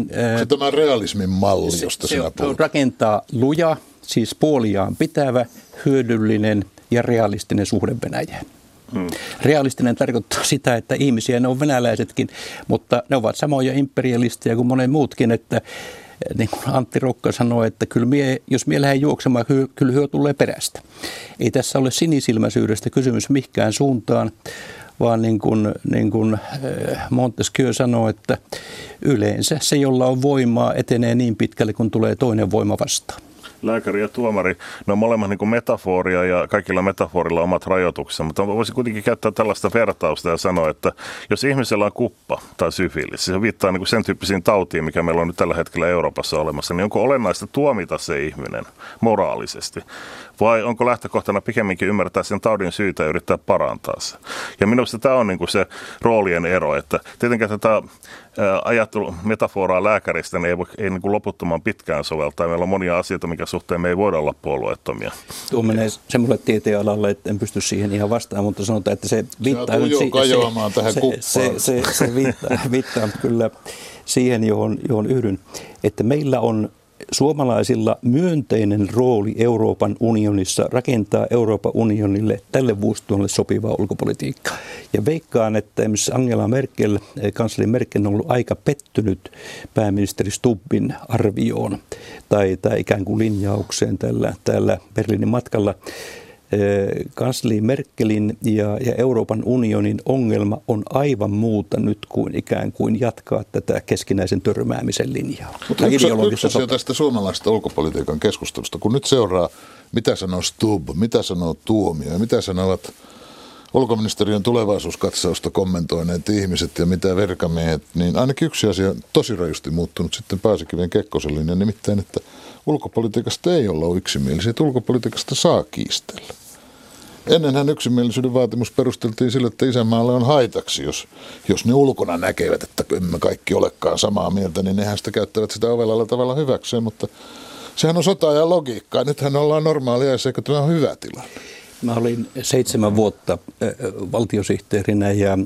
tämä realismin malli, josta sinä puhut. Rakentaa luja, siis puoliaan pitävä, hyödyllinen ja realistinen suhde Venäjään. Realistinen tarkoittaa sitä, että ihmisiä, ne on venäläisetkin, mutta ne ovat samoja imperialisteja kuin monet muutkin, että niin kuin Antti Rokka sanoi, että kyllä jos mie lähden juoksemaan, kyllä hyö tulee perästä. Ei tässä ole sinisilmäisyydestä kysymys mihinkään suuntaan, vaan niin kuin Montesquieu sanoi, että yleensä se, jolla on voimaa, etenee niin pitkälle, kun tulee toinen voima vastaan. Lääkäri ja tuomari, ne on molemmat niin kuin metaforia ja kaikilla metaforilla omat rajoituksensa, mutta voisi kuitenkin käyttää tällaista vertausta ja sanoa, että jos ihmisellä on kuppa tai syfilis, se viittaa niin kuin sen tyyppisiin tautiin, mikä meillä on nyt tällä hetkellä Euroopassa olemassa, niin onko olennaista tuomita se ihminen moraalisesti? Vai onko lähtökohtana pikemminkin ymmärtää sen taudin syytä ja yrittää parantaa se? Ja minusta tämä on niin kuin se roolien ero, että tietenkään tätä metaforaa lääkäristä niin ei niin kuin loputtoman pitkään soveltaa. Meillä on monia asioita, mikä suhteen me ei voida olla puolueettomia. Tuo menee semmoille tieteenalalle, että en pysty siihen ihan vastaan, mutta sanotaan, että se viittaa se viittaa kyllä siihen, johon yhdyn, että meillä on suomalaisilla myönteinen rooli Euroopan unionissa rakentaa Euroopan unionille tälle vuosituhannelle sopivaa ulkopolitiikkaa. Ja veikkaan, että esimerkiksi Angela Merkel, kansleri Merkel on ollut aika pettynyt pääministeri Stubbin arvioon tai ikään kuin linjaukseen täällä Berliinin matkalla. Kansleri Merkelin ja Euroopan unionin ongelma on aivan muuta nyt kuin ikään kuin jatkaa tätä keskinäisen törmäämisen linjaa. Mutta yksi asia tästä suomalaisesta ulkopolitiikan keskustelusta, kun nyt seuraa, mitä sanoo Stubb, mitä sanoo Tuomio ja mitä sanovat ulkoministeriön tulevaisuuskatsausta kommentoineet ihmiset ja mitä virkamiehet, niin ainakin yksi asia on tosi rajusti muuttunut sitten Paasikiven-Kekkosen linja, nimittäin, että ulkopolitiikasta ei olla yksimielisiä, että ulkopolitiikasta saa kiistellä. Ennenhän yksimielisyyden vaatimus perusteltiin sille, että isänmaalle on haitaksi, jos ne ulkona näkevät, että emme kaikki olekaan samaa mieltä, niin nehän sitä käyttävät sitä ovelalla tavalla hyväkseen, mutta sehän on sota-ajan logiikkaa. Nythän ollaan normaalia ja eikö tämä on hyvä tilanne. Mä olin 7 vuotta valtiosihteerinä ja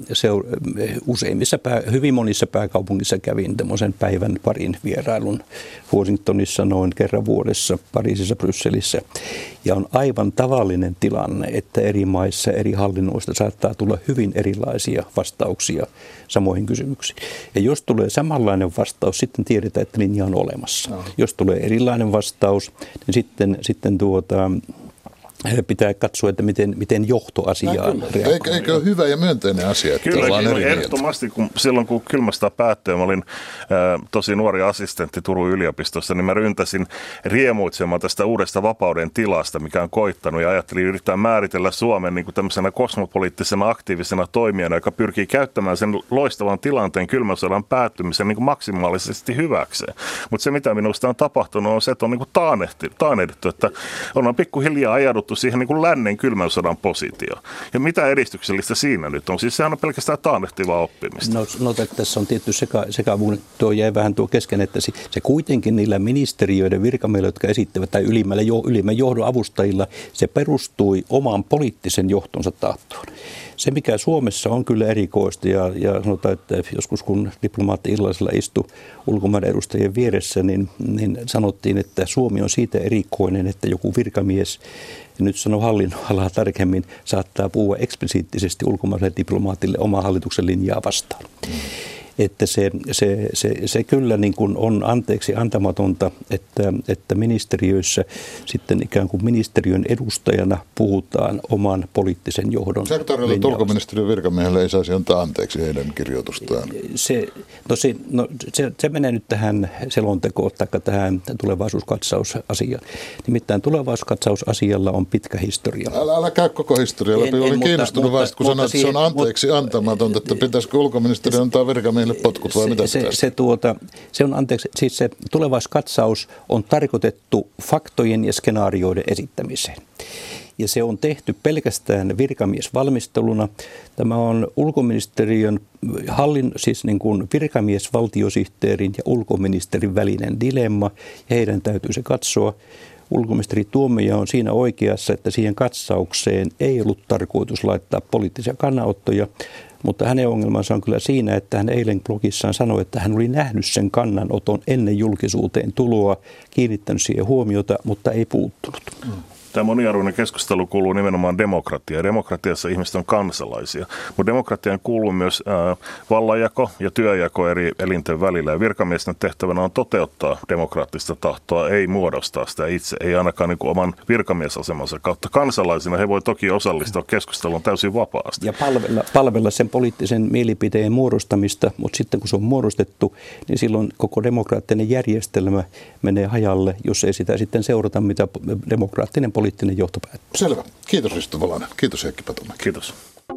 hyvin monissa pääkaupungissa kävin tämmöisen päivän parin vierailun Washingtonissa noin kerran vuodessa, Pariisissa, Brysselissä. Ja on aivan tavallinen tilanne, että eri maissa, eri hallinnoista saattaa tulla hyvin erilaisia vastauksia samoihin kysymyksiin. Ja jos tulee samanlainen vastaus, sitten tiedetään, että linja on olemassa. No. Jos tulee erilainen vastaus, niin sitten pitää katsoa, että miten johtoasiaan reagoi. Eikö ole hyvä ja myönteinen asia, että ollaan eri mieltä? Ehdottomasti, silloin kun kylmästä päättyy, mä olin tosi nuori assistentti Turun yliopistossa, niin mä ryntäsin riemuitsemaan tästä uudesta vapauden tilasta, mikä on koittanut, ja ajattelin yrittää määritellä Suomen niin kuin tämmöisenä kosmopoliittisena aktiivisena toimijana, joka pyrkii käyttämään sen loistavan tilanteen kylmän sodan päättymisen niin kuin maksimaalisesti hyväkseen. Mutta se, mitä minusta on tapahtunut, on se, että on niin kuin taanehdittu, että on pikkuhiljaa ajauduttu siihen niin kuin lännen kylmän sodan positio. Ja mitä edistyksellistä siinä nyt on? Siis sehän on pelkästään taannehtivaa oppimista. No tässä on tietty sekavuus, tuo jäi vähän tuo kesken, että se kuitenkin niillä ministeriöiden virkamiehillä, jotka esittävät, tai ylimmän johdon avustajilla, se perustui oman poliittisen johtonsa tahtoon. Se, mikä Suomessa on kyllä erikoista, ja sanotaan, että joskus kun diplomaatti illallisella istui ulkomaiden edustajien vieressä, niin sanottiin, että Suomi on siitä erikoinen, että joku virkamies, nyt sanon hallinnonalaa tarkemmin, saattaa puhua eksplisiittisesti ulkomaiselle diplomaatille omaa hallituksen linjaa vastaan. Että se kyllä niin kuin on anteeksi antamatonta, että ministeriöissä sitten ikään kuin ministeriön edustajana puhutaan oman poliittisen johdon linjaa. Sektorilla ulkoministeriön virkamiehelle ei saisi antaa anteeksi heidän kirjoitustaan. Se menee nyt tähän selontekoon tai tähän tulevaisuuskatsausasiaan. Nimittäin tulevaisuuskatsausasialla on pitkä historia. Älä käy koko historia läpi. Olin kiinnostunut vasta, kun sanoit, että se on anteeksi antamatonta, että pitäisikö ulkoministeriön antaa virkamiehelle potkut vai mitä se on anteeksi, siis se tulevaisuuskatsaus on tarkoitettu faktojen ja skenaarioiden esittämiseen. Ja se on tehty pelkästään virkamiesvalmisteluna. Tämä on ulkoministeriön siis niin kuin virkamiesvaltiosihteerin ja ulkoministerin välinen dilemma. Ja heidän täytyy se katsoa. Ulkoministeri Tuomioja on siinä oikeassa, että siihen katsaukseen ei ollut tarkoitus laittaa poliittisia kannanottoja. Mutta hänen ongelmansa on kyllä siinä, että hän eilen blogissaan sanoi, että hän oli nähnyt sen kannanoton ennen julkisuuteen tuloa, kiinnittänyt siihen huomiota, mutta ei puuttunut. Tämä moniarvoinen keskustelu kuuluu nimenomaan demokratiaan. Demokratiassa ihmiset on kansalaisia, mutta demokratiaan kuuluu myös vallanjako ja työjako eri elinten välillä. Ja virkamiesten tehtävänä on toteuttaa demokraattista tahtoa, ei muodostaa sitä itse, ei ainakaan niin kuin oman virkamiesasemansa kautta. Kansalaisina he voi toki osallistua keskusteluun täysin vapaasti. Ja palvella sen poliittisen mielipiteen muodostamista, mutta sitten kun se on muodostettu, niin silloin koko demokraattinen järjestelmä menee hajalle, jos ei sitä sitten seurata, mitä demokraattinen poliittinen johto päättää. Selvä. Kiitos Risto Valainen. Kiitos Heikki Patomäki. Kiitos.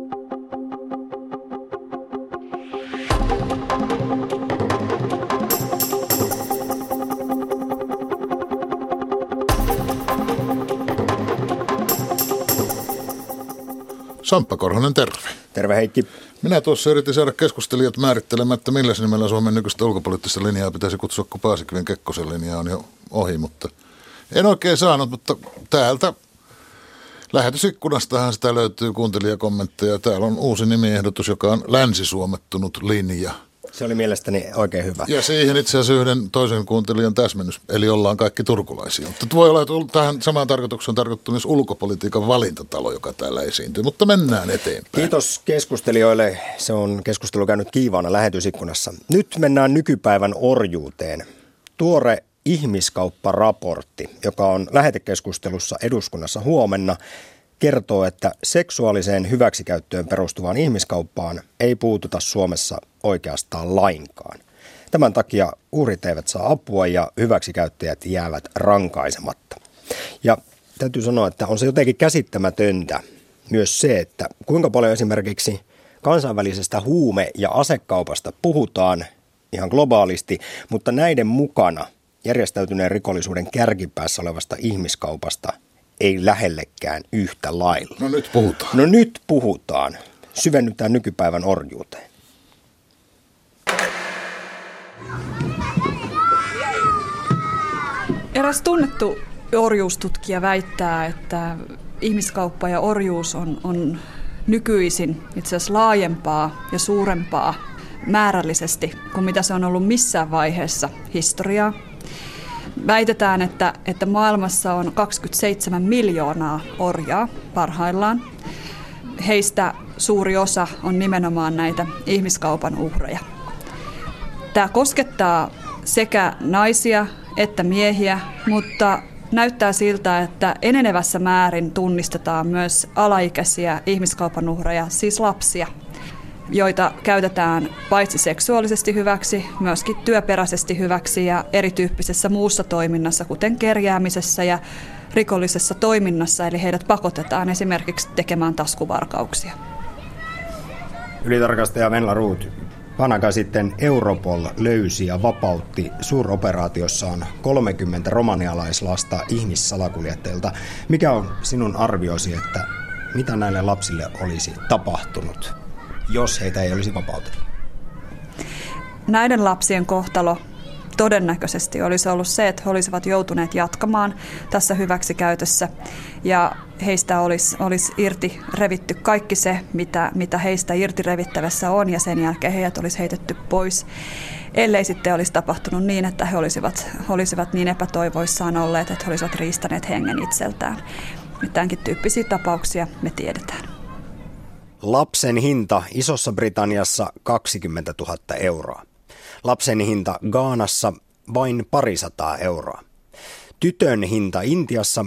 Samppa Korhonen, terve. Terve Heikki. Minä tuossa yritin saada keskustelijat määrittelemään, että millä nimellä Suomen nykyistä ulkopoliittista linjaa pitäisi kutsua, kun Paasikiven Kekkosen linja on jo ohi, mutta en oikein saanut, mutta täältä lähetysikkunastahan sitä löytyy kuuntelijakommentteja. Täällä on uusi nimiehdotus, joka on länsisuomettunut linja. Se oli mielestäni oikein hyvä. Ja siihen itse asiassa yhden toisen kuuntelijan täsmennys, eli ollaan kaikki turkulaisia. Mutta voi olla, että tähän samaan tarkoitukseen on tarkoittu myös ulkopolitiikan valintatalo, joka täällä esiintyy. Mutta mennään eteenpäin. Kiitos keskustelijoille. Se on keskustelu käynyt kiivaana lähetysikkunassa. Nyt mennään nykypäivän orjuuteen. Tuore ihmiskaupparaportti, joka on lähetekeskustelussa eduskunnassa huomenna, kertoo, että seksuaaliseen hyväksikäyttöön perustuvaan ihmiskauppaan ei puututa Suomessa oikeastaan lainkaan. Tämän takia uhrit eivät saa apua ja hyväksikäyttäjät jäävät rankaisematta. Ja täytyy sanoa, että on se jotenkin käsittämätöntä myös se, että kuinka paljon esimerkiksi kansainvälisestä huume- ja asekaupasta puhutaan ihan globaalisti, mutta näiden mukana järjestäytyneen rikollisuuden kärkipäässä olevasta ihmiskaupasta ei lähellekään yhtä lailla. No nyt puhutaan. No nyt puhutaan. Syvennytään nykypäivän orjuuteen. Eräs tunnettu orjuustutkija väittää, että ihmiskauppa ja orjuus on nykyisin itse asiassa laajempaa ja suurempaa määrällisesti kuin mitä se on ollut missään vaiheessa historiaa. Väitetään, että maailmassa on 27 miljoonaa orjaa parhaillaan. Heistä suuri osa on nimenomaan näitä ihmiskaupan uhreja. Tämä koskettaa sekä naisia että miehiä, mutta näyttää siltä, että enenevässä määrin tunnistetaan myös alaikäisiä ihmiskaupan uhreja, siis lapsia, joita käytetään paitsi seksuaalisesti hyväksi, myöskin työperäisesti hyväksi ja erityyppisessä muussa toiminnassa, kuten kerjäämisessä ja rikollisessa toiminnassa, eli heidät pakotetaan esimerkiksi tekemään taskuvarkauksia. Ylitarkastaja Venla Roth, vanha sitten Europol löysi ja vapautti suuroperaatiossaan 30 romanialaislasta ihmissalakuljettajilta. Mikä on sinun arviosi, että mitä näille lapsille olisi tapahtunut, jos heitä ei olisi vapautettu? Näiden lapsien kohtalo todennäköisesti olisi ollut se, että he olisivat joutuneet jatkamaan tässä hyväksikäytössä ja heistä olisi irti revitty kaikki se, mitä heistä irti revittävässä on, ja sen jälkeen heidät olisi heitetty pois, ellei sitten olisi tapahtunut niin, että he olisivat niin epätoivoissaan olleet, että he olisivat riistäneet hengen itseltään. Tämänkin tyyppisiä tapauksia me tiedetään. Lapsen hinta Isossa Britanniassa 20 000 euroa. Lapsen hinta Ghanassa vain 200 euroa. Tytön hinta Intiassa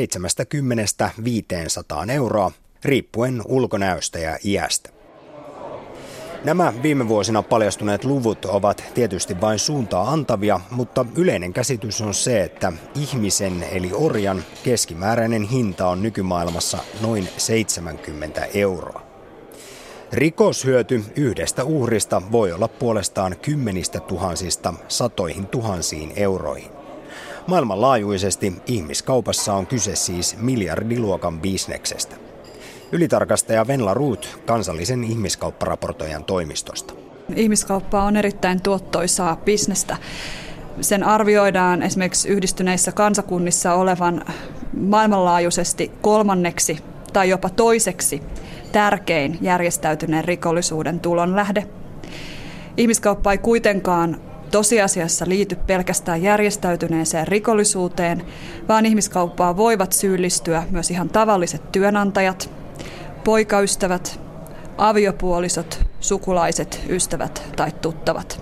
70–500 euroa, riippuen ulkonäöstä ja iästä. Nämä viime vuosina paljastuneet luvut ovat tietysti vain suuntaa antavia, mutta yleinen käsitys on se, että ihmisen eli orjan keskimääräinen hinta on nykymaailmassa noin 70 euroa. Rikoshyöty yhdestä uhrista voi olla puolestaan 10 000 satoihin tuhansiin euroihin. Maailmanlaajuisesti ihmiskaupassa on kyse siis miljardiluokan bisneksestä. Ylitarkastaja Venla Roth kansallisen ihmiskaupparaportoijan toimistosta. Ihmiskauppa on erittäin tuottoisaa bisnestä. Sen arvioidaan esimerkiksi Yhdistyneissä kansakunnissa olevan maailmanlaajuisesti 3. tai jopa 2. tärkein järjestäytyneen rikollisuuden tulonlähde. Ihmiskauppa ei kuitenkaan tosiasiassa liity pelkästään järjestäytyneeseen rikollisuuteen, vaan ihmiskauppaan voivat syyllistyä myös ihan tavalliset työnantajat, poikaystävät, aviopuolisot, sukulaiset, ystävät tai tuttavat.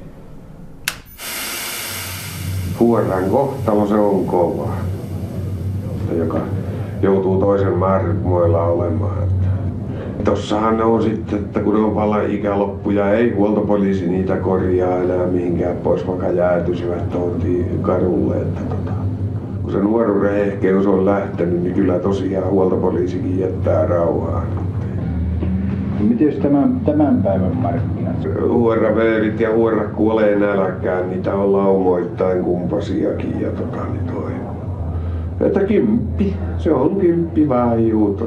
Huoran kohtalo se on kova, joka joutuu toisen määrämoilla olemaan. Tossahan on sitten, että kun on paljon ikäloppuja, ei huoltopoliisi niitä korjaa enää mihinkään pois, vaikka jäätyisivät tuontiin kadulle. Kun se nuoruuden ehkeys on lähtenyt, niin kyllä tosiaan huoltopoliisikin jättää rauhaan. Miten tämän päivän markkinat? Huoraveerit ja huorat kuolee nälkään, niitä on laumoittain kumpasiakin ja Että 10, se on 10 vähän juu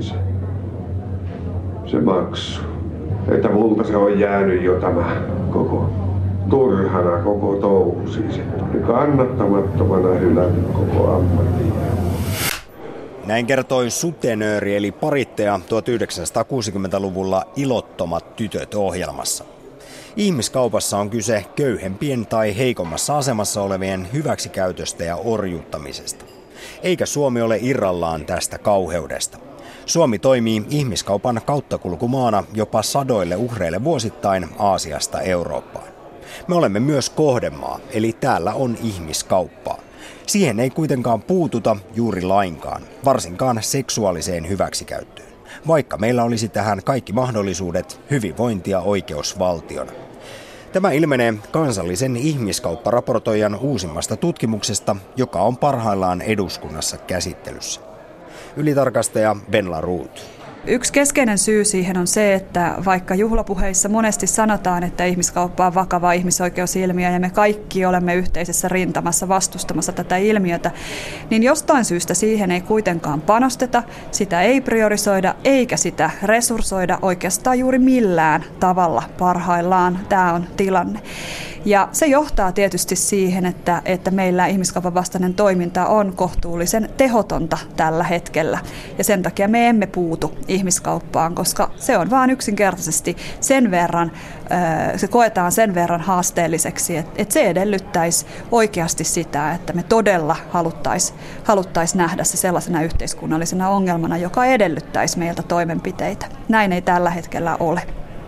se maksu. Että multa se on jäänyt jo tämä koko turhana koko touhu siis. Kannattamattomana hylännyt koko ammatin. Näin kertoi sutenööri eli parittaja 1960-luvulla Ilottomat tytöt -ohjelmassa. Ihmiskaupassa on kyse köyhempien tai heikommassa asemassa olevien hyväksikäytöstä ja orjuuttamisesta. Eikä Suomi ole irrallaan tästä kauheudesta. Suomi toimii ihmiskaupan kauttakulkumaana jopa sadoille uhreille vuosittain Aasiasta Eurooppaan. Me olemme myös kohdemaa, eli täällä on ihmiskauppaa. Siihen ei kuitenkaan puututa juuri lainkaan, varsinkaan seksuaaliseen hyväksikäyttöön, vaikka meillä olisi tähän kaikki mahdollisuudet hyvinvointia oikeusvaltiona. Tämä ilmenee kansallisen ihmiskaupparaportoijan uusimmasta tutkimuksesta, joka on parhaillaan eduskunnassa käsittelyssä. Ylitarkastaja Venla Roth. Yksi keskeinen syy siihen on se, että vaikka juhlapuheissa monesti sanotaan, että ihmiskauppa on vakava ihmisoikeusilmiö ja me kaikki olemme yhteisessä rintamassa vastustamassa tätä ilmiötä, niin jostain syystä siihen ei kuitenkaan panosteta, sitä ei priorisoida eikä sitä resurssoida oikeastaan juuri millään tavalla parhaillaan. Tämä on tilanne. Ja se johtaa tietysti siihen, että meillä ihmiskaupan vastainen toiminta on kohtuullisen tehotonta tällä hetkellä. Ja sen takia me emme puutu ihmiskauppaan, koska se on vaan yksinkertaisesti sen verran, se koetaan sen verran haasteelliseksi, että se edellyttäisi oikeasti sitä, että me todella haluttaisiin nähdä se sellaisena yhteiskunnallisena ongelmana, joka edellyttäisi meiltä toimenpiteitä. Näin ei tällä hetkellä ole.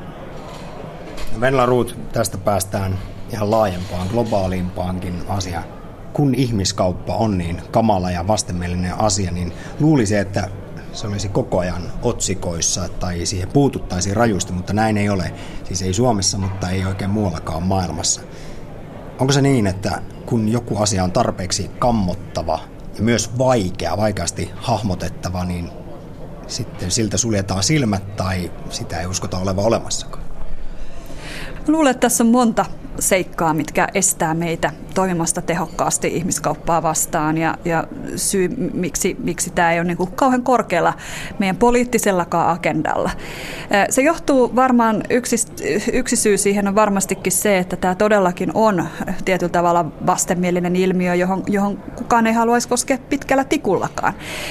Venla Roth, tästä päästään ihan laajempaan, globaalimpaankin asiaan. Kun ihmiskauppa on niin kamala ja vastenmielinen asia, niin luulisi, että se olisi koko ajan otsikoissa tai siihen puututtaisiin rajusti, mutta näin ei ole. Siis ei Suomessa, mutta ei oikein muuallakaan maailmassa. Onko se niin, että kun joku asia on tarpeeksi kammottava ja myös vaikeasti hahmotettava, niin sitten siltä suljetaan silmät tai sitä ei uskota olevan olemassakaan? Luulen, että tässä on monta seikkaa, mitkä estää meitä toimimasta tehokkaasti ihmiskauppaa vastaan ja syy, miksi tämä ei ole niin kuin kauhean korkealla meidän poliittisellakaan agendalla. Se johtuu varmaan, yksi syy siihen on varmastikin se, että tämä todellakin on tietyllä tavalla vastenmielinen ilmiö, johon kukaan ei haluaisi koskea pitkällä tikullakaan.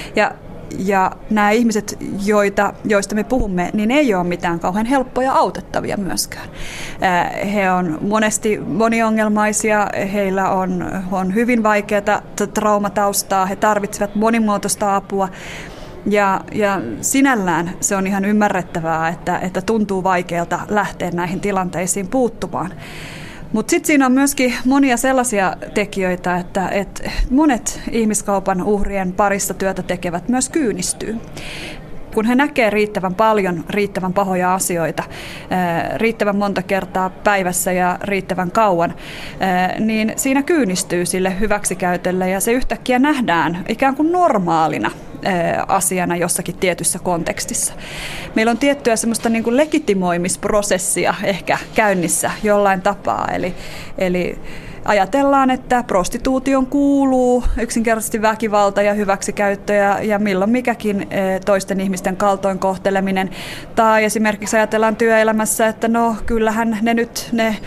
Ja nämä ihmiset, joista me puhumme, niin ei ole mitään kauhean helppoja autettavia myöskään. He on monesti moniongelmaisia, heillä on hyvin vaikeaa traumataustaa, he tarvitsevat monimuotoista apua. Ja sinällään se on ihan ymmärrettävää, että tuntuu vaikealta lähteä näihin tilanteisiin puuttumaan. Mutta sitten siinä on myöskin monia sellaisia tekijöitä, että monet ihmiskaupan uhrien parissa työtä tekevät myös kyynistyy. Kun he näkee riittävän paljon, riittävän pahoja asioita, riittävän monta kertaa päivässä ja riittävän kauan, niin siinä kyynistyy sille hyväksikäytölle ja se yhtäkkiä nähdään ikään kuin normaalina asiana jossakin tietyssä kontekstissa. Meillä on tiettyä semmoista niin kuin legitimoimisprosessia ehkä käynnissä jollain tapaa, eli ajatellaan, että prostituution kuuluu yksinkertaisesti väkivalta ja hyväksikäyttö ja milloin mikäkin toisten ihmisten kaltoinkohteleminen. Tai esimerkiksi ajatellaan työelämässä, että no kyllähän ne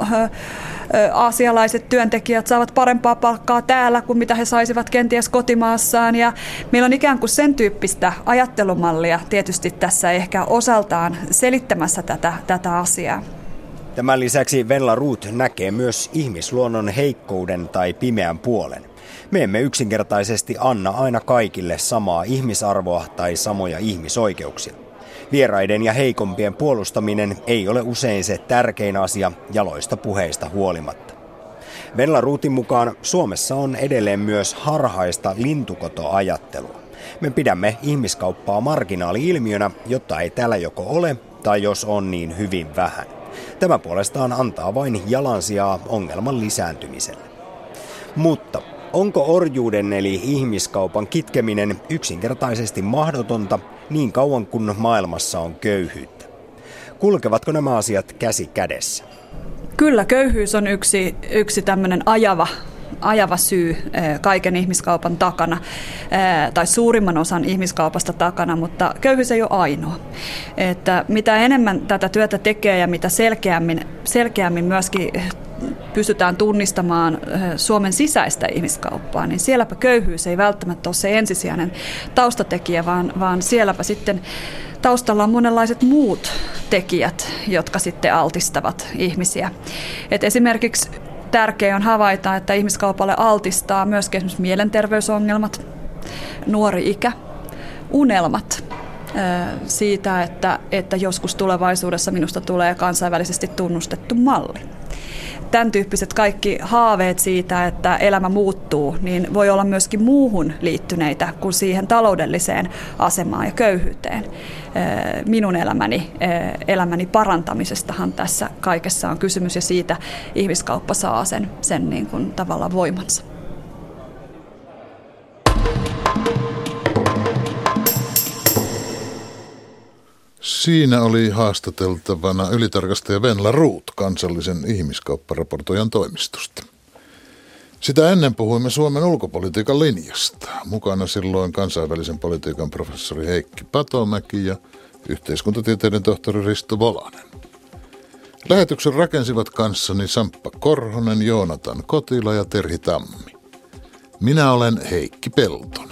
aasialaiset työntekijät saavat parempaa palkkaa täällä kuin mitä he saisivat kenties kotimaassaan. Ja meillä on ikään kuin sen tyyppistä ajattelumallia tietysti tässä ehkä osaltaan selittämässä tätä asiaa. Tämän lisäksi Venla Roth näkee myös ihmisluonnon heikkouden tai pimeän puolen. Me emme yksinkertaisesti anna aina kaikille samaa ihmisarvoa tai samoja ihmisoikeuksia. Vieraiden ja heikompien puolustaminen ei ole usein se tärkein asia jaloista puheista huolimatta. Venla Rothin mukaan Suomessa on edelleen myös harhaista lintukotoajattelua. Me pidämme ihmiskauppaa marginaali-ilmiönä, jota ei täällä joko ole tai jos on niin hyvin vähän. Tämä puolestaan antaa vain jalansijaa ongelman lisääntymiselle. Mutta onko orjuuden eli ihmiskaupan kitkeminen yksinkertaisesti mahdotonta niin kauan kuin maailmassa on köyhyyttä? Kulkevatko nämä asiat käsi kädessä? Kyllä, köyhyys on yksi tämmöinen ajava syy kaiken ihmiskaupan takana, tai suurimman osan ihmiskaupasta takana, mutta köyhyys ei ole ainoa. Että mitä enemmän tätä työtä tekee ja mitä selkeämmin myöskin pystytään tunnistamaan Suomen sisäistä ihmiskauppaa, niin sielläpä köyhyys ei välttämättä ole se ensisijainen taustatekijä, vaan sielläpä sitten taustalla on monenlaiset muut tekijät, jotka sitten altistavat ihmisiä. Et esimerkiksi tärkeää on havaita, että ihmiskaupalle altistaa myöskin esimerkiksi mielenterveysongelmat, nuori ikä, unelmat siitä, että joskus tulevaisuudessa minusta tulee kansainvälisesti tunnustettu malli. Tämän tyyppiset kaikki haaveet siitä, että elämä muuttuu, niin voi olla myöskin muuhun liittyneitä kuin siihen taloudelliseen asemaan ja köyhyyteen. Minun elämäni parantamisestahan tässä kaikessa on kysymys ja siitä ihmiskauppa saa sen niin kuin tavallaan voimansa. Siinä oli haastateltavana ylitarkastaja Venla Ruut kansallisen ihmiskaupparaportoijan toimistosta. Sitä ennen puhuimme Suomen ulkopolitiikan linjasta. Mukana silloin kansainvälisen politiikan professori Heikki Patomäki ja yhteiskuntatieteiden tohtori Risto Volanen. Lähetyksen rakensivat kanssani Samppa Korhonen, Joonatan Kotila ja Terhi Tammi. Minä olen Heikki Peltonen.